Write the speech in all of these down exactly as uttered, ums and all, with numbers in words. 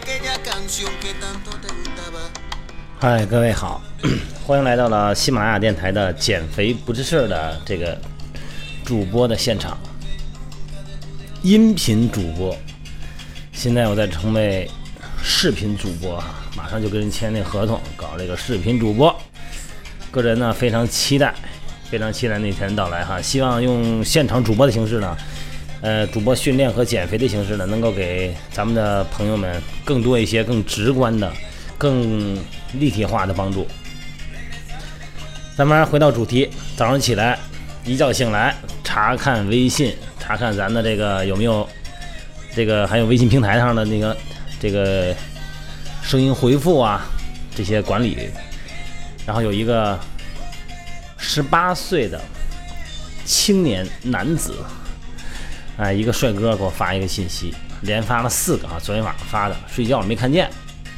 嗨，各位好，欢迎来到了喜马拉雅电台的减肥不是事儿的这个主播的现场，音频主播。现在我在成为视频主播哈，马上就跟人签那合同，搞这个视频主播。个人呢非常期待，非常期待那天到来哈。希望用现场主播的形式呢，呃，主播训练和减肥的形式呢，能够给咱们的朋友们更多一些更直观的、更立体化的帮助。咱们回到主题，早上起来一觉醒来，查看微信，查看咱的这个有没有这个还有微信平台上的那个这个声音回复啊，这些管理。然后有一个十八岁的青年男子，哎，一个帅哥给我发一个信息，连发了四个啊，昨天晚上发的，睡觉没看见。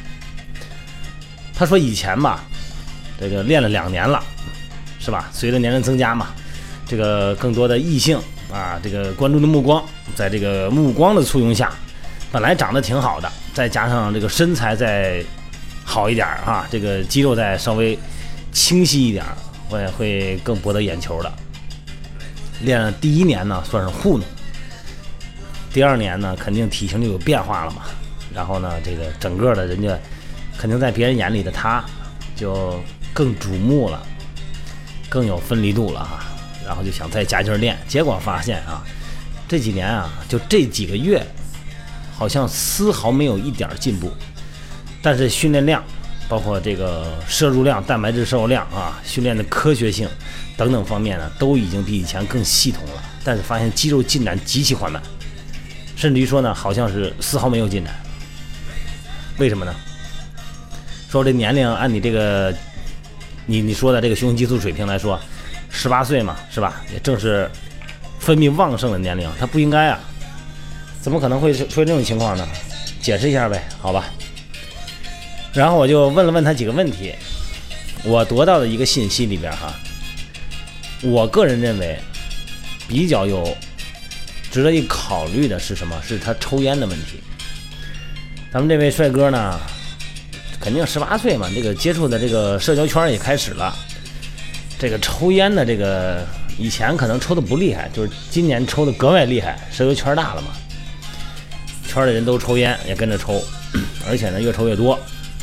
他说以前吧，这个练了两年了，是吧？随着年龄增加嘛，这个更多的异性啊，这个关注的目光，在这个目光的簇拥下，本来长得挺好的，再加上这个身材再好一点啊，这个肌肉再稍微清晰一点，会会更博得眼球的。练了第一年呢，算是糊弄；第二年呢，肯定体型就有变化了嘛。然后呢，这个整个的人家肯定在别人眼里的他，就更瞩目了，更有分离度了哈。然后就想再加劲练，结果发现啊，这几年啊，就这几个月，好像丝毫没有一点进步。但是训练量，包括这个摄入量、蛋白质摄入量啊，训练的科学性等等方面呢，都已经比以前更系统了。但是发现肌肉进展极其缓慢，甚至于说呢，好像是丝毫没有进展。为什么呢？说这年龄按你这个你你说的这个雄性激素水平来说，十八岁嘛，是吧？也正是分泌旺盛的年龄，它不应该啊，怎么可能会出现这种情况呢？解释一下呗，好吧。然后我就问了问他几个问题，我得到的一个信息里边哈，我个人认为比较有值得一考虑的是什么？是他抽烟的问题。咱们这位帅哥呢，肯定十八岁嘛，这个接触的这个社交圈也开始了。这个抽烟的这个以前可能抽的不厉害，就是今年抽的格外厉害，社交圈大了嘛，圈的人都抽烟也跟着抽，而且呢越抽越多。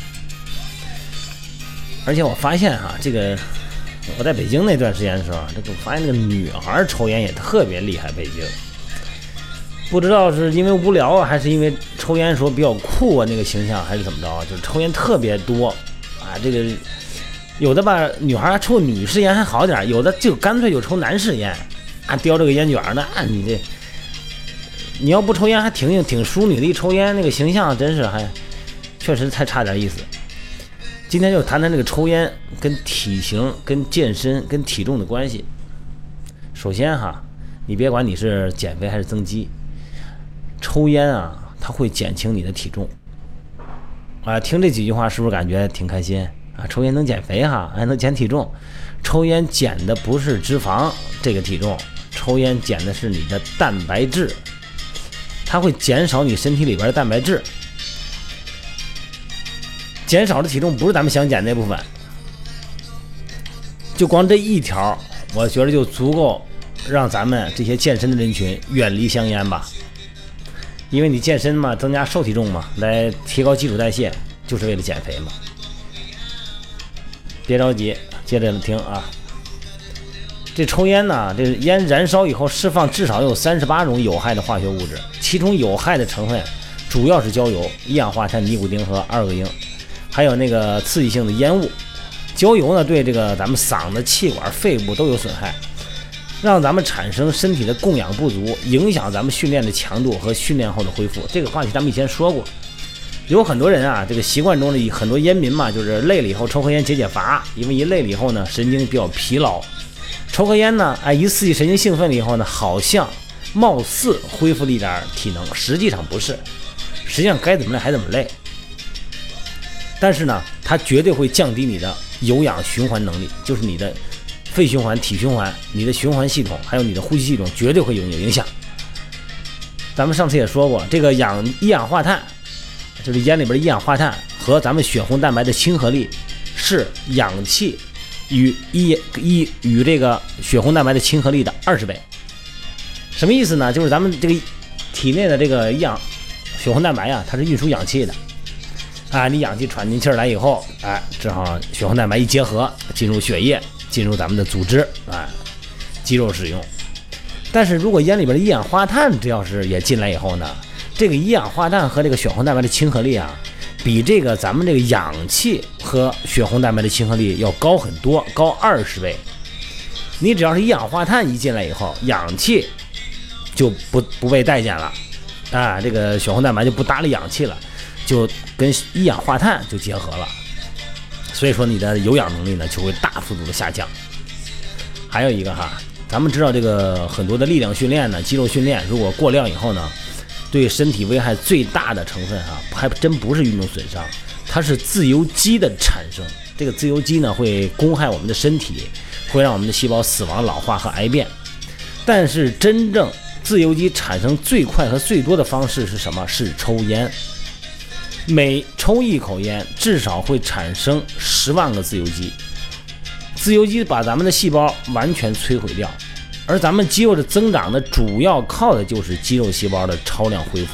而且我发现哈，这个我在北京那段时间的时候，这个我发现这个女孩抽烟也特别厉害。北京不知道是因为无聊啊，还是因为抽烟说比较酷啊那个形象，还是怎么着啊？就是抽烟特别多啊。这个有的吧，女孩抽女士烟还好点，有的就干脆就抽男士烟啊，叼这个烟卷呢，啊，你这你要不抽烟还挺挺淑女的，一抽烟那个形象真是还确实太差点意思。今天就谈谈这个抽烟跟体型、跟健身、跟体重的关系。首先哈，你别管你是减肥还是增肌，抽烟啊，它会减轻你的体重。啊，听这几句话是不是感觉挺开心啊？抽烟能减肥哈，还能减体重。抽烟减的不是脂肪这个体重，抽烟减的是你的蛋白质，它会减少你身体里边的蛋白质。减少的体重不是咱们想减那部分，就光这一条，我觉得就足够让咱们这些健身的人群远离香烟吧。因为你健身嘛，增加瘦体重嘛，来提高基础代谢，就是为了减肥嘛。别着急，接着听啊。这抽烟呢，这烟燃烧以后释放至少有三十八种有害的化学物质，其中有害的成分主要是焦油、一氧化碳、尼古丁和二恶英。还有那个刺激性的烟雾。焦油呢，对这个咱们嗓子、气管、肺部都有损害，让咱们产生身体的供氧不足，影响咱们训练的强度和训练后的恢复。这个话题咱们以前说过。有很多人啊，这个习惯中的很多烟民嘛，就是累了以后抽颗烟解解乏，因为一累了以后呢，神经比较疲劳，抽颗烟呢，哎，一刺激神经兴奋了以后呢，好像貌似恢复了一点体能，实际上不是，实际上该怎么累还怎么累。但是呢，它绝对会降低你的有氧循环能力，就是你的肺循环、体循环、你的循环系统，还有你的呼吸系统，绝对会有有影响。咱们上次也说过，这个氧一氧化碳， 就是烟里边的一氧化碳和咱们血红蛋白的亲和力是氧气与一一与这个血红蛋白的亲和力的二十倍。什么意思呢？就是咱们这个体内的这个氧血红蛋白啊，它是运输氧气的啊，你氧气喘进气来以后，哎，正好血红蛋白一结合，进入血液，进入咱们的组织啊，肌肉使用。但是如果烟里边的一氧化碳这要是也进来以后呢，这个一氧化碳和这个血红蛋白的亲和力啊，比这个咱们这个氧气和血红蛋白的亲和力要高很多，高二十倍。你只要是一氧化碳一进来以后，氧气就不不被待见了啊，这个血红蛋白就不搭理氧气了，就跟一氧化碳就结合了，所以说你的有氧能力呢就会大幅度的下降。还有一个哈，咱们知道这个很多的力量训练呢，肌肉训练如果过量以后呢，对身体危害最大的成分哈，还真不是运动损伤，它是自由基的产生。这个自由基呢会攻害我们的身体，会让我们的细胞死亡、老化和癌变。但是真正自由基产生最快和最多的方式是什么？是抽烟。每抽一口烟，至少会产生十万个自由基。自由基把咱们的细胞完全摧毁掉，而咱们肌肉的增长呢，主要靠的就是肌肉细胞的超量恢复。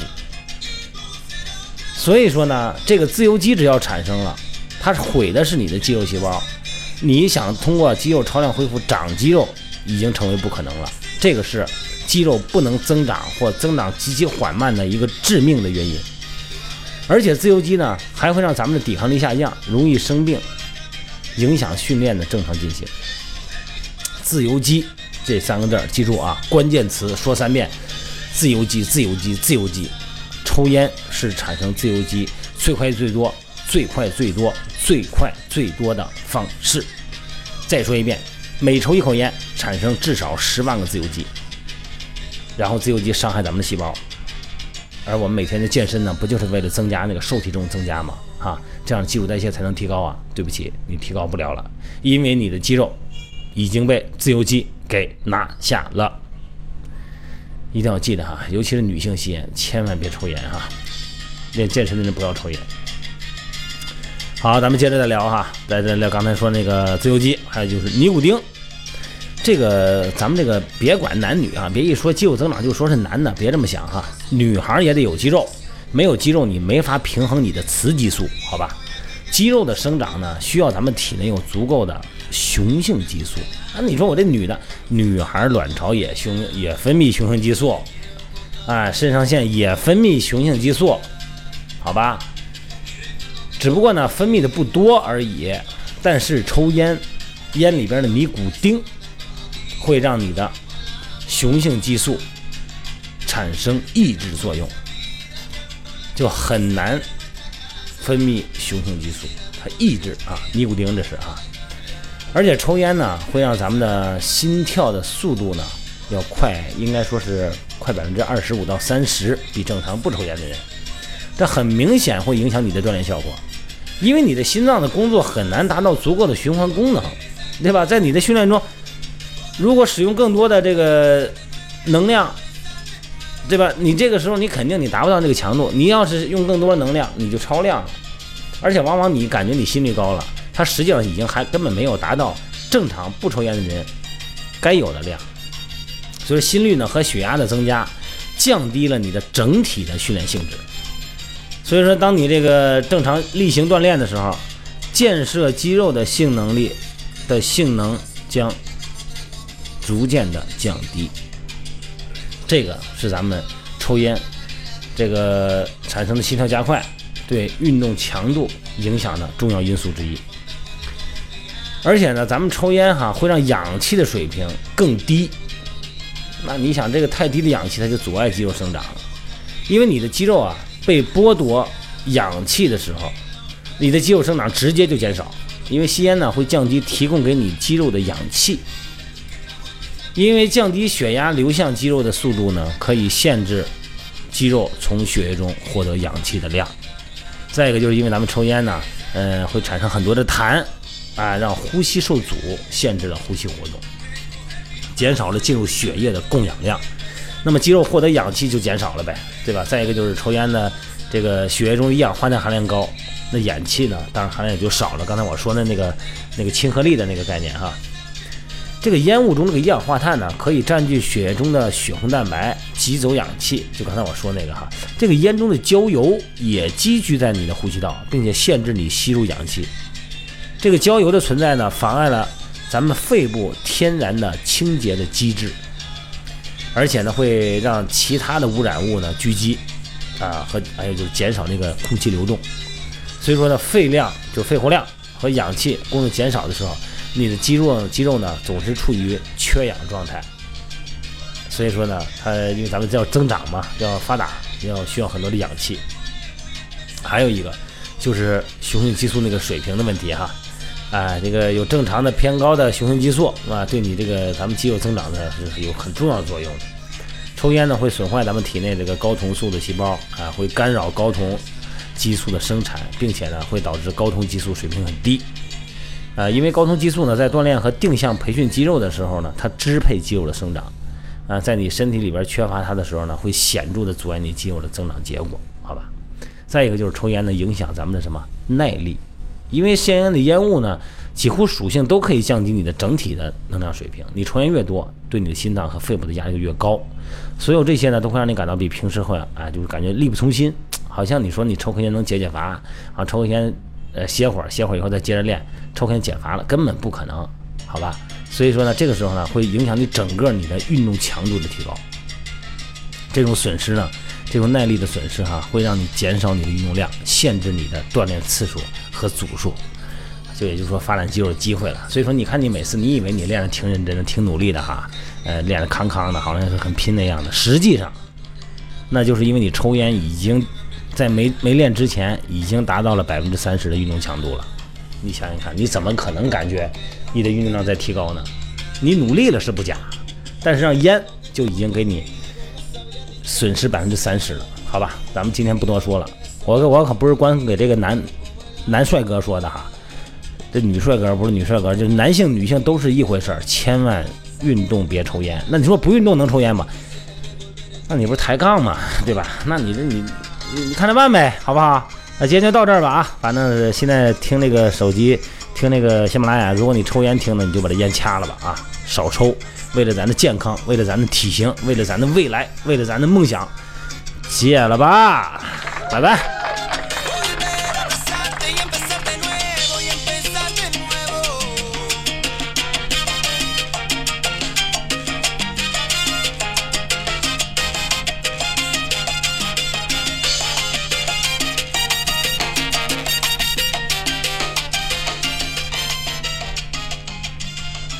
所以说呢，这个自由基只要产生了，它毁的是你的肌肉细胞。你想通过肌肉超量恢复长肌肉，已经成为不可能了。这个是肌肉不能增长或增长极其缓慢的一个致命的原因。而且自由基呢，还会让咱们的抵抗力下降，容易生病，影响训练的正常进行。自由基这三个字记住啊，关键词说三遍：自由基，自由基，自由基。抽烟是产生自由基最快最多、最快最多、最快最多的方式。再说一遍，每抽一口烟产生至少十万个自由基，然后自由基伤害咱们的细胞。而我们每天的健身呢，不就是为了增加那个瘦体重增加吗？哈，这样基础代谢才能提高啊。对不起，你提高不了了，因为你的肌肉已经被自由基给拿下了。一定要记得哈，尤其是女性吸烟，千万别抽烟哈。练健身的人不要抽烟。好，咱们接着再聊哈，再再聊刚才说那个自由基，还有就是尼古丁。这个咱们这个别管男女啊，别一说肌肉增长就说是男的，别这么想哈。女孩也得有肌肉，没有肌肉你没法平衡你的雌激素，好吧？肌肉的生长呢，需要咱们体内有足够的雄性激素。啊，你说我这女的，女孩卵巢也雄也分泌雄性激素，啊，肾上腺也分泌雄性激素，好吧？只不过呢，分泌的不多而已。但是抽烟，烟里边的尼古丁会让你的雄性激素产生抑制作用，就很难分泌雄性激素，它抑制啊，尼古丁这是啊。而且抽烟呢，会让咱们的心跳的速度呢要快，应该说是快百分之二十五到三十，比正常不抽烟的人。这很明显会影响你的锻炼效果，因为你的心脏的工作很难达到足够的循环功能，对吧？在你的训练中，如果使用更多的这个能量，对吧？你这个时候你肯定你达不到那个强度，你要是用更多的能量，你就超量了，而且往往你感觉你心率高了，它实际上已经还根本没有达到正常不抽烟的人该有的量。所以心率呢和血压的增加降低了你的整体的训练性质。所以说当你这个正常例行锻炼的时候，建设肌肉的性能力的性能将逐渐的降低。这个是咱们抽烟这个产生的心跳加快对运动强度影响的重要因素之一。而且呢，咱们抽烟哈会让氧气的水平更低。那你想，这个太低的氧气它就阻碍肌肉生长了，因为你的肌肉啊被剥夺氧气的时候，你的肌肉生长直接就减少，因为吸烟呢会降低提供给你肌肉的氧气。因为降低血压流向肌肉的速度呢，可以限制肌肉从血液中获得氧气的量。再一个就是因为咱们抽烟呢，呃，会产生很多的痰啊，让呼吸受阻，限制了呼吸活动，减少了进入血液的供氧量。 那么肌肉获得氧气就减少了呗，对吧？再一个就是抽烟呢，这个血液中一氧化碳含量高，那氧气呢，当然含量也就少了。刚才我说的那个那个亲和力的那个概念哈。这个烟雾中这个一氧化碳呢，可以占据血液中的血红蛋白，挤走氧气。就刚才我说那个哈，这个烟中的焦油也积聚在你的呼吸道，并且限制你吸入氧气。这个焦油的存在呢，妨碍了咱们肺部天然的清洁的机制，而且呢，会让其他的污染物呢聚集，啊，和还有就是减少那个空气流动。所以说呢，肺量就肺活量和氧气供应减少的时候，你的肌肉肌肉呢总是处于缺氧状态，所以说呢，它因为咱们叫增长嘛，要发达，要需要很多的氧气。还有一个就是雄性激素那个水平的问题哈，啊，这个有正常的偏高的雄性激素啊，对你这个咱们肌肉增长呢是有很重要的作用的。抽烟呢会损坏咱们体内这个睾酮素的细胞啊，会干扰睾酮激素的生产，并且呢会导致睾酮激素水平很低。呃，因为睾酮激素呢，在锻炼和定向培训肌肉的时候呢，它支配肌肉的生长。啊、呃，在你身体里边缺乏它的时候呢，会显著的阻碍你肌肉的增长结果，好吧？再一个就是抽烟呢，影响咱们的什么耐力？因为香烟的烟雾呢，几乎属性都可以降低你的整体的能量水平。你抽烟越多，对你的心脏和肺部的压力就越高。所有这些呢，都会让你感到比平时会啊，就是感觉力不从心。好像你说你抽根烟能解解乏啊，抽根烟。呃，歇会儿，歇会儿以后再接着练，抽根减乏了，根本不可能，好吧？所以说呢，这个时候呢，会影响你整个你的运动强度的提高。这种损失呢，这种耐力的损失哈，会让你减少你的运动量，限制你的锻炼次数和组数，就也就是说发展肌肉的机会了。所以说，你看你每次你以为你练得挺认真的、挺努力的哈，呃，练得康康的，好像是很拼那样的，实际上，那就是因为你抽烟已经。在没没练之前，已经达到了百分之三十的运动强度了。你想想看，你怎么可能感觉你的运动量在提高呢？你努力了是不假，但是让烟就已经给你损失百分之三十了，好吧？咱们今天不多说了。我我可不是光给这个男男帅哥说的哈，这女帅哥不是女帅哥，就是男性女性都是一回事儿。千万运动别抽烟。那你说不运动能抽烟吗？那你不是抬杠吗？对吧？那你这你。你看着办呗，好不好？那今天就到这儿吧啊！反正现在听那个手机，听那个喜马拉雅，如果你抽烟听呢，你就把这烟掐了吧啊！少抽，为了咱的健康，为了咱的体型，为了咱的未来，为了咱的梦想，戒了吧！拜拜。